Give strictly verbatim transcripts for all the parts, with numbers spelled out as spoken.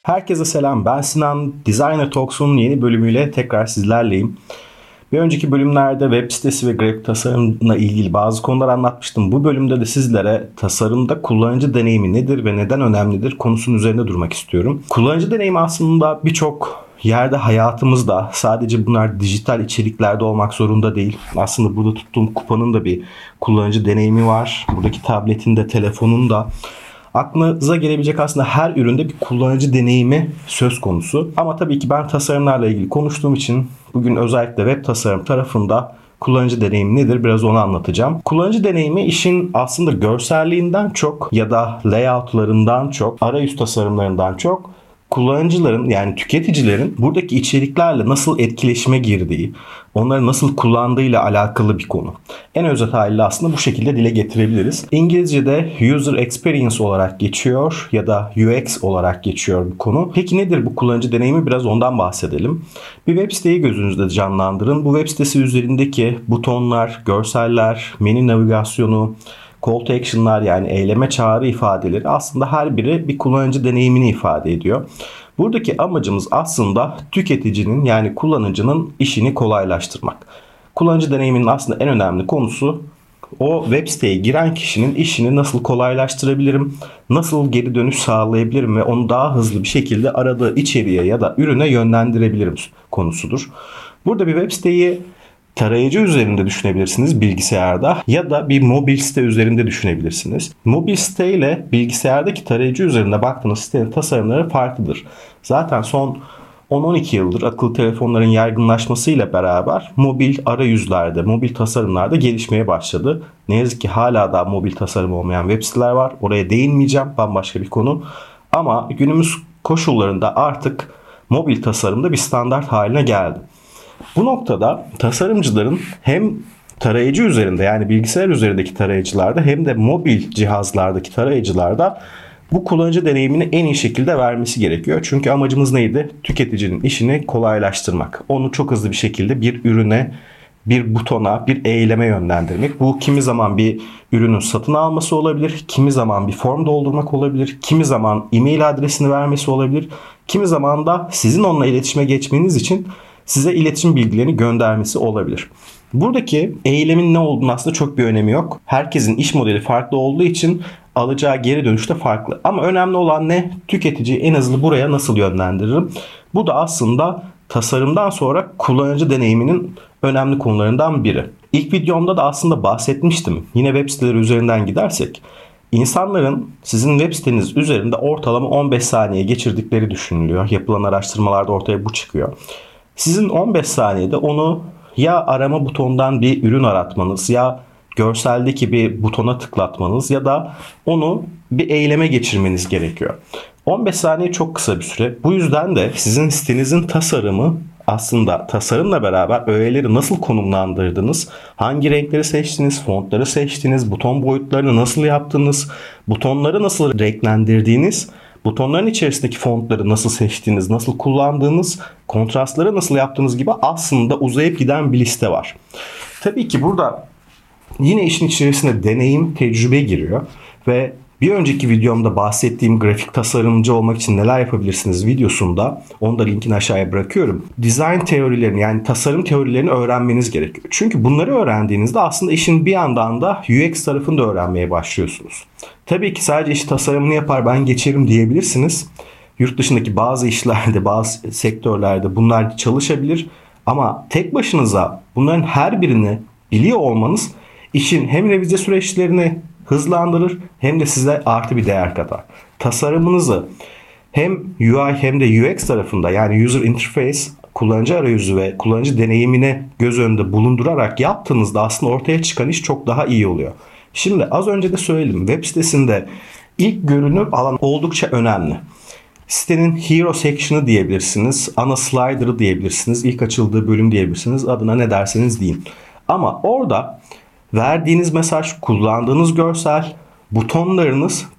Herkese selam, ben Sinan. Designer Talks'un yeni bölümüyle tekrar sizlerleyim. Bir önceki bölümlerde web sitesi ve grafik tasarımla ilgili bazı konular anlatmıştım. Bu bölümde de sizlere tasarımda kullanıcı deneyimi nedir ve neden önemlidir konusunun üzerinde durmak istiyorum. Kullanıcı deneyimi aslında birçok yerde hayatımızda, sadece bunlar dijital içeriklerde olmak zorunda değil. Aslında burada tuttuğum kupanın da bir kullanıcı deneyimi var. Buradaki tabletin de, telefonun da. Aklınıza gelebilecek aslında her üründe bir kullanıcı deneyimi söz konusu. Ama tabii ki ben tasarımlarla ilgili konuştuğum için bugün özellikle web tasarım tarafında kullanıcı deneyimi nedir biraz onu anlatacağım. Kullanıcı deneyimi işin aslında görselliğinden çok ya da layoutlarından çok, arayüz tasarımlarından çok kullanıcıların yani tüketicilerin buradaki içeriklerle nasıl etkileşime girdiği, onları nasıl kullandığıyla alakalı bir konu. En özet haliyle aslında bu şekilde dile getirebiliriz. İngilizce'de user experience olarak geçiyor ya da U X olarak geçiyor bu konu. Peki nedir bu kullanıcı deneyimi? Biraz ondan bahsedelim. Bir web siteyi gözünüzde canlandırın. Bu web sitesi üzerindeki butonlar, görseller, menü navigasyonu, call to action'lar yani eyleme çağrı ifadeleri aslında her biri bir kullanıcı deneyimini ifade ediyor. Buradaki amacımız aslında tüketicinin yani kullanıcının işini kolaylaştırmak. Kullanıcı deneyiminin aslında en önemli konusu o web siteye giren kişinin işini nasıl kolaylaştırabilirim, nasıl geri dönüş sağlayabilirim ve onu daha hızlı bir şekilde aradığı içeriğe ya da ürüne yönlendirebilirim konusudur. Burada bir web siteyi tarayıcı üzerinde düşünebilirsiniz bilgisayarda ya da bir mobil site üzerinde düşünebilirsiniz. Mobil site ile bilgisayardaki tarayıcı üzerinde baktığınız sitenin tasarımları farklıdır. Zaten son on on iki yıldır akıllı telefonların yaygınlaşmasıyla beraber mobil arayüzlerde, mobil tasarımlarda gelişmeye başladı. Ne yazık ki hala da mobil tasarım olmayan web siteler var. Oraya değinmeyeceğim, bambaşka bir konu. Ama günümüz koşullarında artık mobil tasarımda bir standart haline geldi. Bu noktada tasarımcıların hem tarayıcı üzerinde yani bilgisayar üzerindeki tarayıcılarda hem de mobil cihazlardaki tarayıcılarda bu kullanıcı deneyimini en iyi şekilde vermesi gerekiyor. Çünkü amacımız neydi? Tüketicinin işini kolaylaştırmak. Onu çok hızlı bir şekilde bir ürüne, bir butona, bir eyleme yönlendirmek. Bu kimi zaman bir ürünün satın alması olabilir, kimi zaman bir form doldurmak olabilir, kimi zaman e-mail adresini vermesi olabilir, kimi zaman da sizin onunla iletişime geçmeniz için size iletişim bilgilerini göndermesi olabilir. Buradaki eylemin ne olduğunu aslında çok bir önemi yok. Herkesin iş modeli farklı olduğu için alacağı geri dönüş de farklı. Ama önemli olan ne? Tüketiciyi en hızlı buraya nasıl yönlendiririm? Bu da aslında tasarımdan sonra kullanıcı deneyiminin önemli konularından biri. İlk videomda da aslında bahsetmiştim. Yine web siteleri üzerinden gidersek İnsanların sizin web siteniz üzerinde ortalama on beş saniye geçirdikleri düşünülüyor. Yapılan araştırmalarda ortaya bu çıkıyor. Sizin on beş saniyede onu ya arama butonundan bir ürün aratmanız ya görseldeki bir butona tıklatmanız ya da onu bir eyleme geçirmeniz gerekiyor. on beş saniye çok kısa bir süre. Bu yüzden de sizin sitenizin tasarımı aslında tasarımla beraber öğeleri nasıl konumlandırdınız, hangi renkleri seçtiniz, fontları seçtiniz, buton boyutlarını nasıl yaptınız, butonları nasıl renklendirdiğiniz, butonların içerisindeki fontları nasıl seçtiğiniz, nasıl kullandığınız, kontrastları nasıl yaptığınız gibi aslında uzayıp giden bir liste var. Tabii ki burada yine işin içerisine deneyim, tecrübe giriyor ve bir önceki videomda bahsettiğim grafik tasarımcı olmak için neler yapabilirsiniz videosunda, onu da linkini aşağıya bırakıyorum. Design teorilerini yani tasarım teorilerini öğrenmeniz gerekiyor. Çünkü bunları öğrendiğinizde aslında işin bir yandan da U X tarafını da öğrenmeye başlıyorsunuz. Tabii ki sadece iş tasarımını yapar ben geçerim diyebilirsiniz. Yurt dışındaki bazı işlerde, bazı sektörlerde bunlar çalışabilir. Ama tek başınıza bunların her birini biliyor olmanız işin hem revize süreçlerini hızlandırır hem de size artı bir değer katar. Tasarımınızı hem U I hem de U X tarafında yani user interface, kullanıcı arayüzü ve kullanıcı deneyimini göz önünde bulundurarak yaptığınızda aslında ortaya çıkan iş çok daha iyi oluyor. Şimdi az önce de söyledim, web sitesinde ilk görünüm alan oldukça önemli. Sitenin hero section'ı diyebilirsiniz, ana slider'ı diyebilirsiniz, ilk açıldığı bölüm diyebilirsiniz, adına ne derseniz deyin. Ama orada verdiğiniz mesaj, kullandığınız görsel, butonlarınız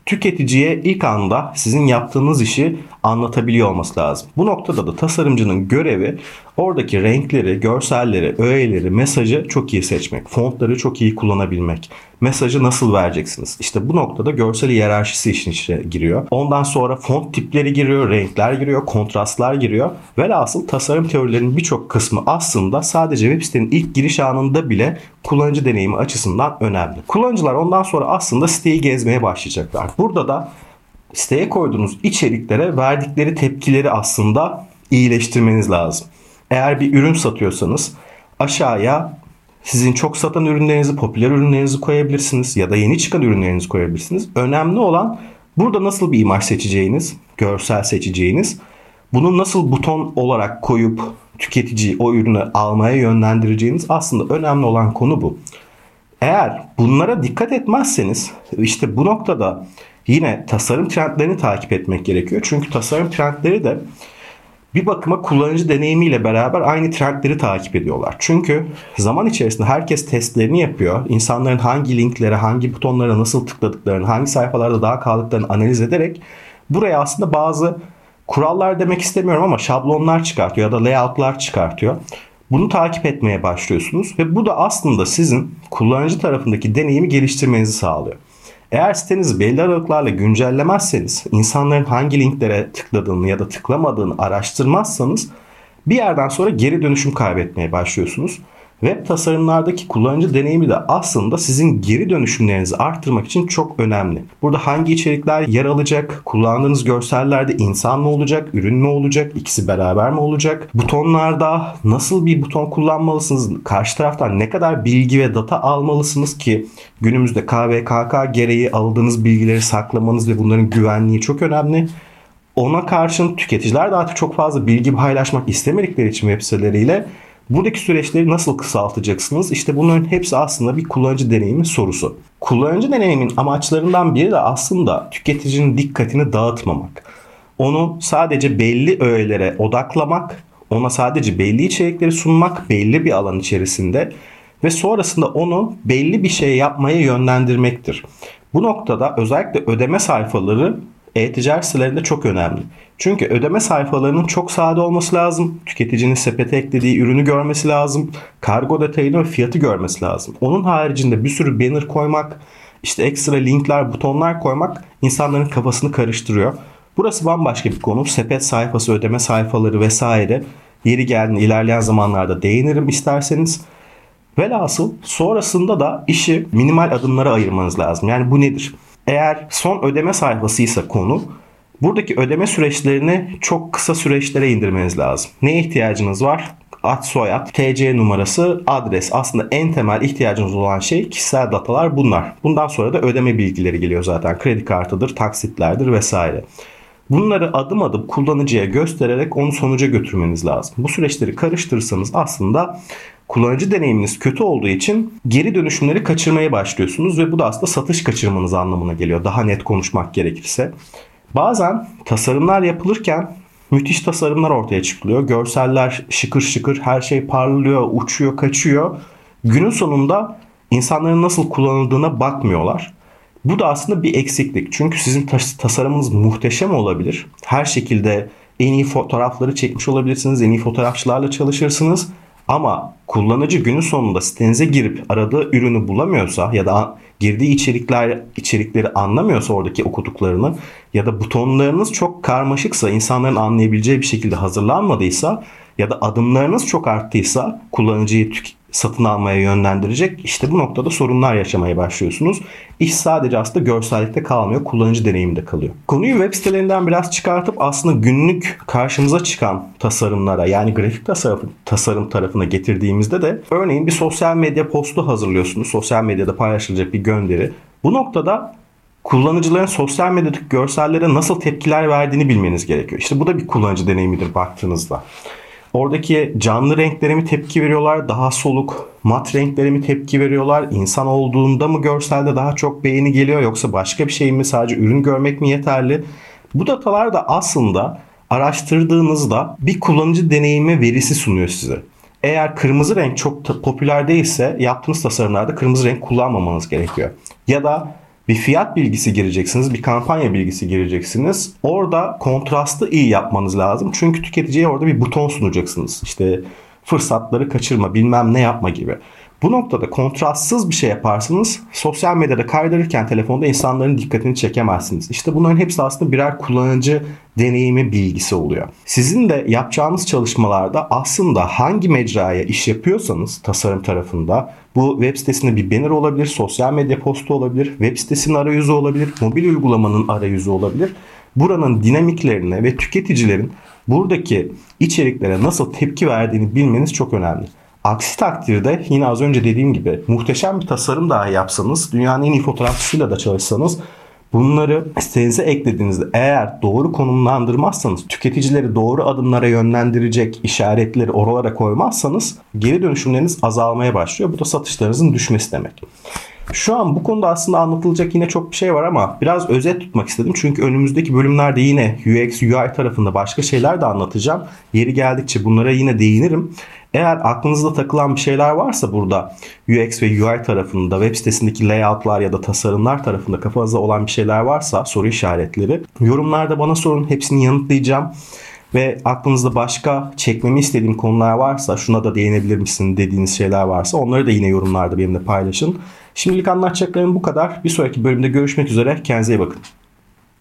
tüketiciye ilk anda sizin yaptığınız işi anlatabiliyor olması lazım. Bu noktada da tasarımcının görevi oradaki renkleri, görselleri, öğeleri, mesajı çok iyi seçmek. Fontları çok iyi kullanabilmek. Mesajı nasıl vereceksiniz? İşte bu noktada görsel hiyerarşisi işin içine giriyor. Ondan sonra font tipleri giriyor, renkler giriyor, kontrastlar giriyor. Velhasıl tasarım teorilerinin birçok kısmı aslında sadece web sitenin ilk giriş anında bile kullanıcı deneyimi açısından önemli. Kullanıcılar ondan sonra aslında siteyi gezmeye başlayacaklar. Burada da siteye koyduğunuz içeriklere verdikleri tepkileri aslında iyileştirmeniz lazım. Eğer bir ürün satıyorsanız aşağıya sizin çok satan ürünlerinizi, popüler ürünlerinizi koyabilirsiniz ya da yeni çıkan ürünlerinizi koyabilirsiniz. Önemli olan burada nasıl bir imaj seçeceğiniz, görsel seçeceğiniz, bunu nasıl buton olarak koyup tüketiciyi o ürünü almaya yönlendireceğiniz, aslında önemli olan konu bu. Eğer bunlara dikkat etmezseniz işte bu noktada yine tasarım trendlerini takip etmek gerekiyor. Çünkü tasarım trendleri de bir bakıma kullanıcı deneyimiyle beraber aynı trendleri takip ediyorlar. Çünkü zaman içerisinde herkes testlerini yapıyor. İnsanların hangi linklere, hangi butonlara nasıl tıkladıklarını, hangi sayfalarda daha kaldıklarını analiz ederek buraya aslında bazı kurallar demek istemiyorum ama şablonlar çıkartıyor ya da layoutlar çıkartıyor. Bunu takip etmeye başlıyorsunuz ve bu da aslında sizin kullanıcı tarafındaki deneyimi geliştirmenizi sağlıyor. Eğer sitenizi belli aralıklarla güncellemezseniz, insanların hangi linklere tıkladığını ya da tıklamadığını araştırmazsanız bir yerden sonra geri dönüşüm kaybetmeye başlıyorsunuz. Web tasarımlardaki kullanıcı deneyimi de aslında sizin geri dönüşümlerinizi arttırmak için çok önemli. Burada hangi içerikler yer alacak, kullandığınız görsellerde insan mı olacak, ürün mü olacak, ikisi beraber mi olacak? Butonlarda nasıl bir buton kullanmalısınız? Karşı taraftan ne kadar bilgi ve data almalısınız ki günümüzde K V K K gereği aldığınız bilgileri saklamanız ve bunların güvenliği çok önemli. Ona karşın tüketiciler de artık çok fazla bilgi paylaşmak istemedikleri için web siteleriyle buradaki süreçleri nasıl kısaltacaksınız? İşte bunların hepsi aslında bir kullanıcı deneyimi sorusu. Kullanıcı deneyimin amaçlarından biri de aslında tüketicinin dikkatini dağıtmamak. Onu sadece belli öğelere odaklamak, ona sadece belli içerikleri sunmak belli bir alan içerisinde ve sonrasında onu belli bir şey yapmaya yönlendirmektir. Bu noktada özellikle ödeme sayfaları e-ticaret sitelerinde çok önemli. Çünkü ödeme sayfalarının çok sade olması lazım. Tüketicinin sepete eklediği ürünü görmesi lazım. Kargo detayını ve fiyatı görmesi lazım. Onun haricinde bir sürü banner koymak, işte ekstra linkler, butonlar koymak insanların kafasını karıştırıyor. Burası bambaşka bir konu. Sepet sayfası, ödeme sayfaları vesaire. Yeri geldiğinde ilerleyen zamanlarda değinirim isterseniz. Velhasıl sonrasında da işi minimal adımlara ayırmanız lazım. Yani bu nedir? Eğer son ödeme sayfasıysa konu, buradaki ödeme süreçlerini çok kısa süreçlere indirmeniz lazım. Neye ihtiyacınız var? Ad, soyad, T C numarası, adres. Aslında en temel ihtiyacınız olan şey kişisel datalar bunlar. Bundan sonra da ödeme bilgileri geliyor zaten. Kredi kartıdır, taksitlerdir vesaire. Bunları adım adım kullanıcıya göstererek onu sonuca götürmeniz lazım. Bu süreçleri karıştırırsanız aslında kullanıcı deneyiminiz kötü olduğu için geri dönüşümleri kaçırmaya başlıyorsunuz ve bu da aslında satış kaçırmanız anlamına geliyor. Daha net konuşmak gerekirse. Bazen tasarımlar yapılırken müthiş tasarımlar ortaya çıkıyor. Görseller şıkır şıkır, her şey parlıyor, uçuyor, kaçıyor. Günün sonunda insanların nasıl kullanıldığına bakmıyorlar. Bu da aslında bir eksiklik. Çünkü sizin tasarımınız muhteşem olabilir. Her şekilde en iyi fotoğrafları çekmiş olabilirsiniz. En iyi fotoğrafçılarla çalışırsınız. Ama kullanıcı günün sonunda sitenize girip aradığı ürünü bulamıyorsa ya da girdiği içerikler içerikleri anlamıyorsa oradaki okuduklarını ya da butonlarınız çok karmaşıksa, insanların anlayabileceği bir şekilde hazırlanmadıysa ya da adımlarınız çok arttıysa kullanıcıyı tük- satın almaya yönlendirecek, işte bu noktada sorunlar yaşamaya başlıyorsunuz. İş sadece aslında görsellikte kalmıyor, kullanıcı deneyiminde kalıyor. Konuyu web sitelerinden biraz çıkartıp aslında günlük karşımıza çıkan tasarımlara, yani grafik tasarım, tasarım tarafına getirdiğimizde de örneğin bir sosyal medya postu hazırlıyorsunuz. Sosyal medyada paylaşılacak bir gönderi. Bu noktada kullanıcıların sosyal medyadaki görsellere nasıl tepkiler verdiğini bilmeniz gerekiyor. İşte bu da bir kullanıcı deneyimidir baktığınızda. Oradaki canlı renklere mi tepki veriyorlar, daha soluk mat renklere mi tepki veriyorlar, insan olduğunda mı görselde daha çok beğeni geliyor yoksa başka bir şey mi, sadece ürün görmek mi yeterli? Bu datalar da aslında araştırdığınızda bir kullanıcı deneyimi verisi sunuyor size. Eğer kırmızı renk çok popüler değilse yaptığınız tasarımlarda kırmızı renk kullanmamanız gerekiyor. Ya da Bir fiyat bilgisi gireceksiniz, bir kampanya bilgisi gireceksiniz. Orada kontrastı iyi yapmanız lazım. Çünkü tüketiciye orada bir buton sunacaksınız. İşte fırsatları kaçırma, bilmem ne yapma gibi. Bu noktada kontrastsız bir şey yaparsanız sosyal medyada kaydırırken telefonda insanların dikkatini çekemezsiniz. İşte bunların hepsi aslında birer kullanıcı deneyimi bilgisi oluyor. Sizin de yapacağınız çalışmalarda aslında hangi mecraya iş yapıyorsanız tasarım tarafında, bu web sitesinde bir banner olabilir, sosyal medya postu olabilir, web sitesinin arayüzü olabilir, mobil uygulamanın arayüzü olabilir. Buranın dinamiklerine ve tüketicilerin buradaki içeriklere nasıl tepki verdiğini bilmeniz çok önemli. Aksi takdirde yine az önce dediğim gibi muhteşem bir tasarım dahi yapsanız, dünyanın en iyi fotoğrafçısıyla da çalışsanız, bunları sitenize eklediğinizde eğer doğru konumlandırmazsanız, tüketicileri doğru adımlara yönlendirecek işaretleri oralara koymazsanız geri dönüşümleriniz azalmaya başlıyor. Bu da satışlarınızın düşmesi demek. Şu an bu konuda aslında anlatılacak yine çok bir şey var ama biraz özet tutmak istedim. Çünkü önümüzdeki bölümlerde yine U X, U I tarafında başka şeyler de anlatacağım. Yeri geldikçe bunlara yine değinirim. Eğer aklınızda takılan bir şeyler varsa burada U X ve U I tarafında, web sitesindeki layoutlar ya da tasarımlar tarafında kafanızda olan bir şeyler varsa, soru işaretleri, yorumlarda bana sorun. Hepsini yanıtlayacağım. Ve aklınızda başka çekmemi istediğim konular varsa, şuna da değinebilir misin dediğiniz şeyler varsa onları da yine yorumlarda benimle paylaşın. Şimdilik anlatacaklarım bu kadar. Bir sonraki bölümde görüşmek üzere. Kendinize iyi bakın.